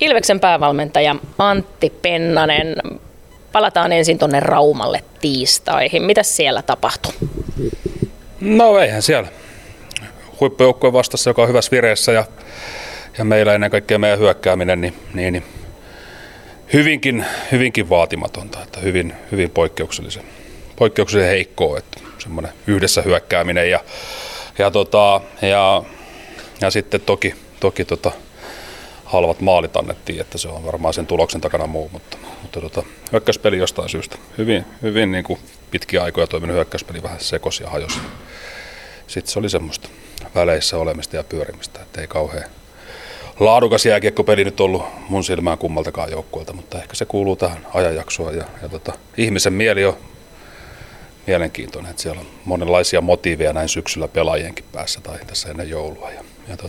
Ilveksen päävalmentaja Antti Pennanen. Palataan ensin tuonne Raumalle tiistaihin. Mitäs siellä tapahtui? No eihän siellä. Huippujoukkue vastassa, joka on hyvässä vireessä ja meillä ennen kaikkea meidän hyökkääminen niin hyvinkin vaatimatonta, että hyvin poikkeuksellisen heikkoa, että semmoinen yhdessä hyökkääminen ja sitten toki halvat maalit annettiin, että se on varmaan sen tuloksen takana muu, mutta hyökkäyspeli jostain syystä. Hyvin niin kuin pitkiä aikoja toiminut hyökkäyspeli vähän sekosi ja hajosi. Sitten se oli semmoista väleissä olemista ja pyörimistä, että ei kauhean laadukas jääkiekkopeli nyt ollut mun silmään kummaltakaan joukkueelta, mutta ehkä se kuuluu tähän ajanjaksoon ja ihmisen mieli on mielenkiintoinen, että siellä on monenlaisia motiiveja näin syksyllä pelaajienkin päässä tai tässä ennen joulua ja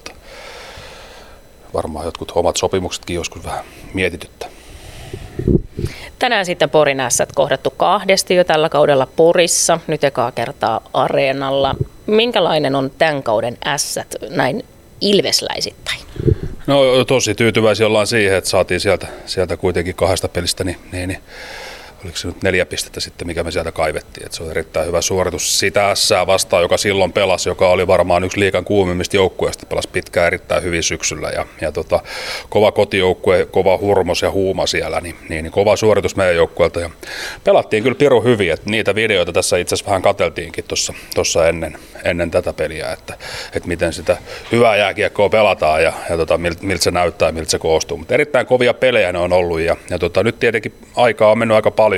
varmaan jotkut omat sopimuksetkin joskus vähän mietityttää. Tänään sitten Porin Ässät kohdattu kahdesti jo tällä kaudella Porissa, nyt ekaa kertaa Areenalla. Minkälainen on tämän kauden Ässät näin ilvesläisittäin? No tosi tyytyväisiä ollaan siihen, että saatiin sieltä kuitenkin 2 pelistä, niin oliko se nyt 4 pistettä sitten, mikä me sieltä kaivettiin. Että se on erittäin hyvä suoritus sitä Ässää vastaan, joka silloin pelasi, joka oli varmaan yksi liigan kuumimmista joukkueista, pelasi pitkään erittäin hyvin syksyllä. Ja kova kotijoukkue, kova hurmos ja huuma siellä, niin kova suoritus meidän joukkueelta. Ja pelattiin kyllä pirun hyvin, että niitä videoita tässä itse asiassa vähän katseltiinkin tuossa ennen tätä peliä, että miten sitä hyvää jääkiekkoa pelataan ja miltä se näyttää ja miltä se koostuu. Mutta erittäin kovia pelejä ne on ollut ja nyt tietenkin aikaa on mennyt aika paljon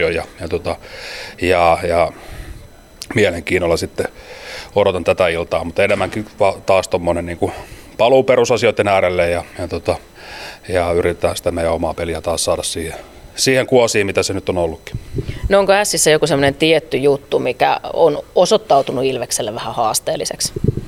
ja mielenkiinnolla sitten odotan tätä iltaa, mutta enemmänkin taas tuommoinen niin kuin paluu perusasioiden äärelle ja yritetään sitä meidän omaa peliä taas saada siihen kuosiin, mitä se nyt on ollutkin. No onko Ässissä joku semmoinen tietty juttu, mikä on osoittautunut Ilvekselle vähän haasteelliseksi?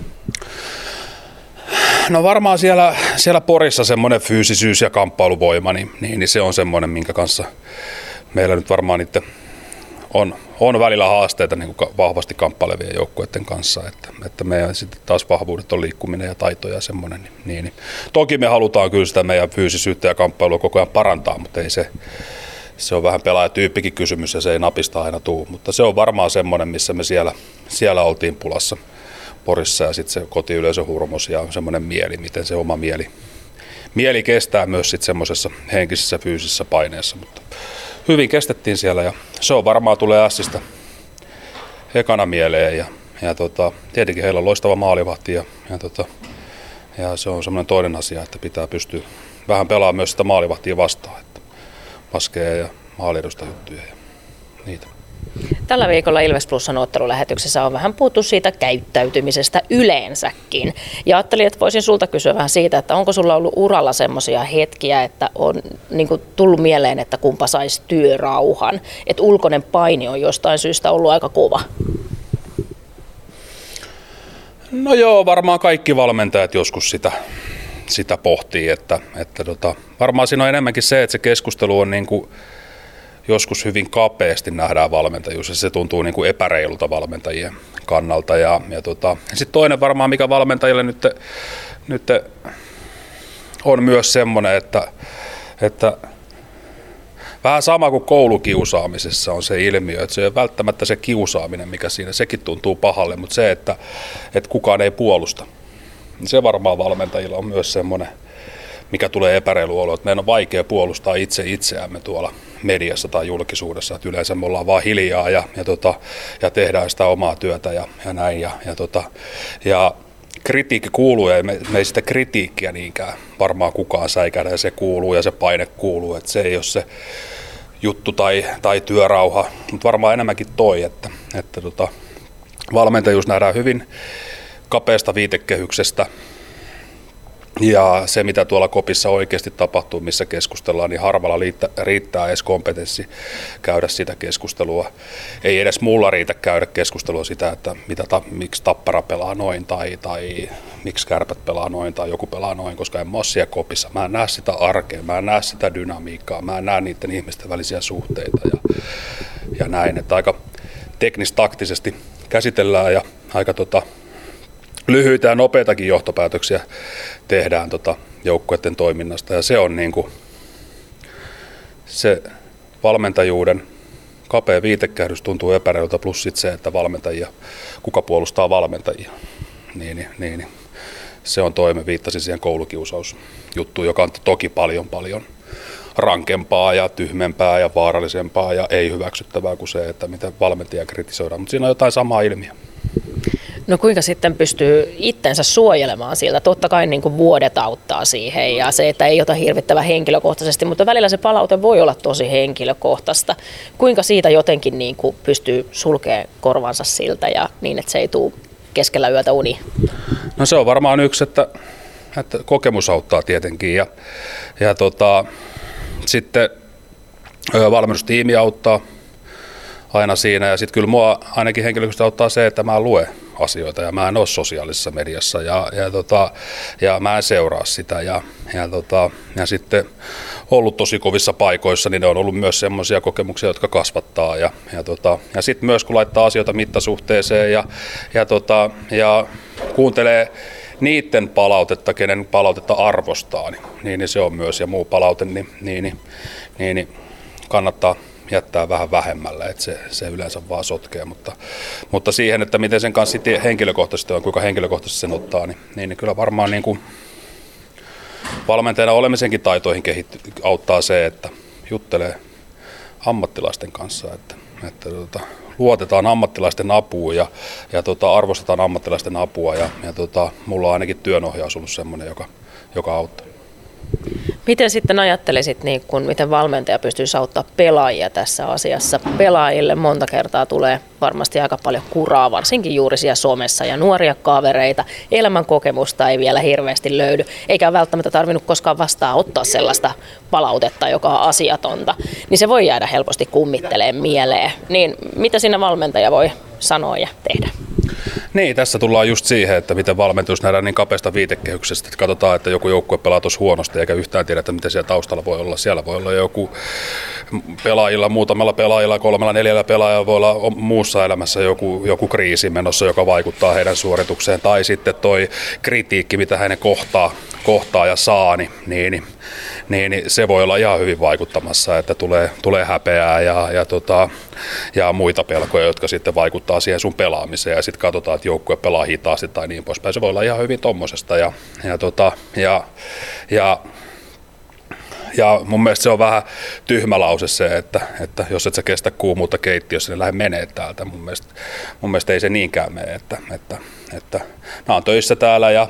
No varmaan siellä Porissa semmoinen fyysisyys ja kamppailuvoima, niin se on semmoinen, minkä kanssa meillä nyt varmaan itse on välillä haasteita niin kuin vahvasti kamppailevien joukkueiden kanssa, että meidän sitten taas vahvuudet on liikkuminen ja taito ja semmoinen. Niin. Toki me halutaan kyllä sitä meidän fyysisyyttä ja kamppailua koko ajan parantaa, mutta ei se on vähän pelaajatyyppikin kysymys ja se ei napista aina tule, mutta se on varmaan semmoinen, missä me siellä oltiin pulassa Porissa ja sitten se kotiyleisön hurmos ja semmoinen mieli, miten se oma mieli kestää myös sitten semmoisessa henkisessä fyysisessä paineessa, mutta hyvin kestettiin siellä ja se on varmaan tulee Ässistä ekana mieleen ja tietenkin heillä on loistava maalivahti ja se on semmoinen toinen asia, että pitää pystyä vähän pelaamaan myös sitä maalivahtia vastaan, että paskeja ja maaliedusta juttuja ja niitä. Tällä viikolla Ilves Plusan ottelulähetyksessä on vähän puhuttu siitä käyttäytymisestä yleensäkin. Ja ajattelin, että voisin sulta kysyä vähän siitä, että onko sulla ollut uralla semmoisia hetkiä, että on niin kuin tullut mieleen, että kumpa saisi työrauhan. Että ulkoinen paine on jostain syystä ollut aika kova. No joo, varmaan kaikki valmentajat joskus sitä pohtii. Että varmaan siinä on enemmänkin se, että se keskustelu on niin kuin joskus hyvin kapeasti nähdään valmentajuus ja se tuntuu niin kuin epäreilulta valmentajien kannalta. Ja sitten toinen varmaan, mikä valmentajille nyt on myös semmoinen, että vähän sama kuin koulukiusaamisessa on se ilmiö, että se ei ole välttämättä se kiusaaminen, mikä siinä, sekin tuntuu pahalle, mutta se, että kukaan ei puolusta, niin se varmaan valmentajilla on myös semmoinen, mikä tulee epäreilu olo, että meidän on vaikea puolustaa itseämme tuolla mediassa tai julkisuudessa, että yleensä me ollaan vaan hiljaa ja tehdään sitä omaa työtä ja näin. Ja kritiikki kuuluu ja me ei sitä kritiikkiä niinkään varmaan kukaan säikähdä ja se kuuluu ja se paine kuuluu, että se ei ole se juttu tai työrauha, mutta varmaan enemmänkin että valmentajuus nähdään hyvin kapeasta viitekehyksestä. Ja se, mitä tuolla kopissa oikeasti tapahtuu, missä keskustellaan, niin harvalla riittää edes kompetenssi käydä sitä keskustelua. Ei edes mulla riitä käydä keskustelua sitä, että miksi Tappara pelaa noin tai miksi Kärpät pelaa noin tai joku pelaa noin, koska en mä ole siellä kopissa. Mä en näe sitä arkea, mä en näe sitä dynamiikkaa, mä en näe niiden ihmisten välisiä suhteita ja näin. Että aika teknistaktisesti käsitellään ja aika lyhyitä ja nopeitakin johtopäätöksiä tehdään joukkueiden toiminnasta ja se on niin kuin se valmentajuuden kapea viitekehdys tuntuu epäreilulta, plus sit se, että kuka puolustaa valmentajia. Niin. Se on toimi, viittasin siihen koulukiusausjuttuun, joka on toki paljon rankempaa ja tyhmempää ja vaarallisempaa ja ei hyväksyttävää kuin se, että miten valmentajia kritisoidaan, mutta siinä on jotain samaa ilmiö. No kuinka sitten pystyy itsensä suojelemaan siltä? Totta kai niin kuin vuodet auttaa siihen ja se, että ei ota hirvittävän henkilökohtaisesti, mutta välillä se palaute voi olla tosi henkilökohtaista. Kuinka siitä jotenkin niin kuin pystyy sulkemaan korvansa siltä ja niin, että se ei tule keskellä yötä uni? No se on varmaan yksi, että kokemus auttaa tietenkin ja sitten valmennustiimi auttaa aina siinä ja sitten kyllä mua ainakin henkilökohtaisesti auttaa se, että mä luen asioita ja mä en ole sosiaalisessa mediassa ja mä en seuraa sitä ja sitten ollut tosi kovissa paikoissa, niin ne on ollut myös semmoisia kokemuksia, jotka kasvattaa ja sitten myös kun laittaa asioita mittasuhteeseen ja kuuntelee niiden palautetta, kenen palautetta arvostaa, niin se on myös ja muu palaute, niin kannattaa jättää vähän vähemmälle, että se yleensä vaan sotkee, mutta siihen, että miten sen kanssa henkilökohtaisesti on, kuinka henkilökohtaisesti sen ottaa, niin kyllä varmaan niin kuin valmentajana olemisenkin taitoihin auttaa se, että juttelee ammattilaisten kanssa, että luotetaan ammattilaisten apuun ja arvostetaan ammattilaisten apua ja mulla on ainakin työnohjaus ollut semmoinen, joka auttaa. Miten sitten ajattelisit, miten valmentaja pystyisi auttamaan pelaajia tässä asiassa? Pelaajille monta kertaa tulee varmasti aika paljon kuraa, varsinkin juuri siellä somessa ja nuoria kavereita. Elämänkokemusta ei vielä hirveästi löydy, eikä välttämättä tarvinnut koskaan ottaa sellaista palautetta, joka on asiatonta. Niin se voi jäädä helposti kummitteleen mieleen. Niin mitä siinä valmentaja voi sanoa ja tehdä? Niin, tässä tullaan just siihen, että miten valmentus nähdään niin kapeasta viitekehyksestä, että katsotaan, että joku joukkue pelaa tuossa huonosti eikä yhtään tiedä, että mitä siellä taustalla voi olla. Siellä voi olla joku muutamalla pelaajilla, 3-4 pelaajalla voi olla muussa elämässä joku kriisi menossa, joka vaikuttaa heidän suoritukseen. Tai sitten toi kritiikki, mitä hänen kohtaa ja saa, niin se voi olla ihan hyvin vaikuttamassa, että tulee häpeää ja muita pelkoja, jotka sitten vaikuttaa siihen sun pelaamiseen ja sitten katsotaan, että joukkue pelaa hitaasti tai niin poispäin. Se voi olla ihan hyvin tommosesta ja mun mielestä se on vähän tyhmä lause se, että jos et sä kestä kuumuutta keittiössä, niin lähde menee täältä. Mun mielestä ei se niinkään mene, että nämä on töissä täällä ja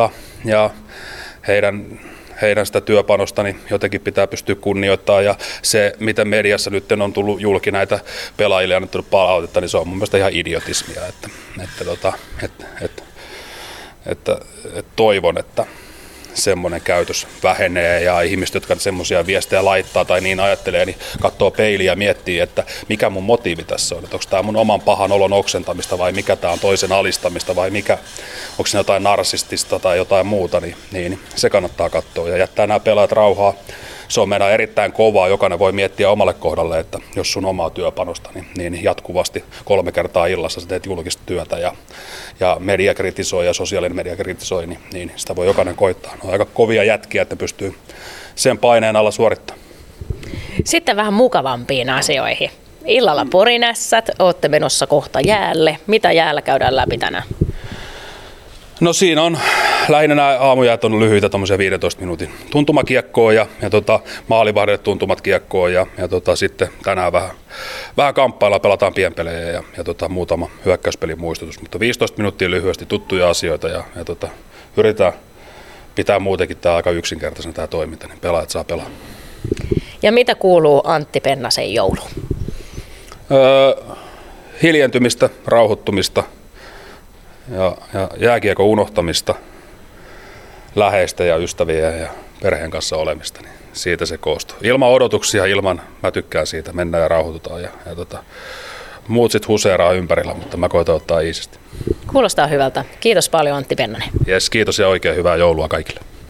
heidän sitä työpanosta niin jotenkin pitää pystyä kunnioittamaan ja se, mitä mediassa nyt on tullut julki näitä pelaajille annettu palautetta, niin se on mun mielestä ihan idiotismia, että toivon, että semmoinen käytös vähenee ja ihmiset, jotka semmoisia viestejä laittaa tai niin ajattelee, niin katsoo peiliä ja miettii, että mikä mun motiivi tässä on, että onko tämä mun oman pahan olon oksentamista vai mikä tämä on toisen alistamista vai onko se jotain narsistista tai jotain muuta, niin se kannattaa katsoa ja jättää nämä pelaajat rauhaa. Se on meidän erittäin kovaa, jokainen voi miettiä omalle kohdalle, että jos sun omaa työpanosta, niin jatkuvasti 3 kertaa illassa sä teet julkista työtä ja media kritisoi ja sosiaalinen media kritisoi, niin sitä voi jokainen koittaa. Ne on aika kovia jätkiä, että pystyy sen paineen alla suorittamaan. Sitten vähän mukavampiin asioihin. Illalla Porinässät, ootte menossa kohta jäälle. Mitä jäällä käydään läpi tänään? No siinä on lähinnä nämä aamujäät on lyhyitä, tuommoisia 15 minuutin tuntumakiekkoa ja maalivahdelle tuntumat kiekkoa ja sitten tänään vähän kamppailla, pelataan pienpelejä ja muutama hyökkäyspelin muistutus, mutta 15 minuuttia lyhyesti tuttuja asioita ja yritetään pitää muutenkin tämä aika yksinkertaisena tämä toiminta, niin pelaajat saa pelaa. Ja mitä kuuluu Antti Pennasen jouluun? Hiljentymistä, rauhoittumista. Ja jääkiekon unohtamista, läheistä ja ystäviä ja perheen kanssa olemista, niin siitä se koostuu. Ilman odotuksia, mä tykkään siitä, mennään ja rauhoitutaan ja muut sitten huseeraa ympärillä, mutta mä koitan ottaa iisisti. Kuulostaa hyvältä. Kiitos paljon Antti Pennanen. Jes, kiitos ja oikein hyvää joulua kaikille.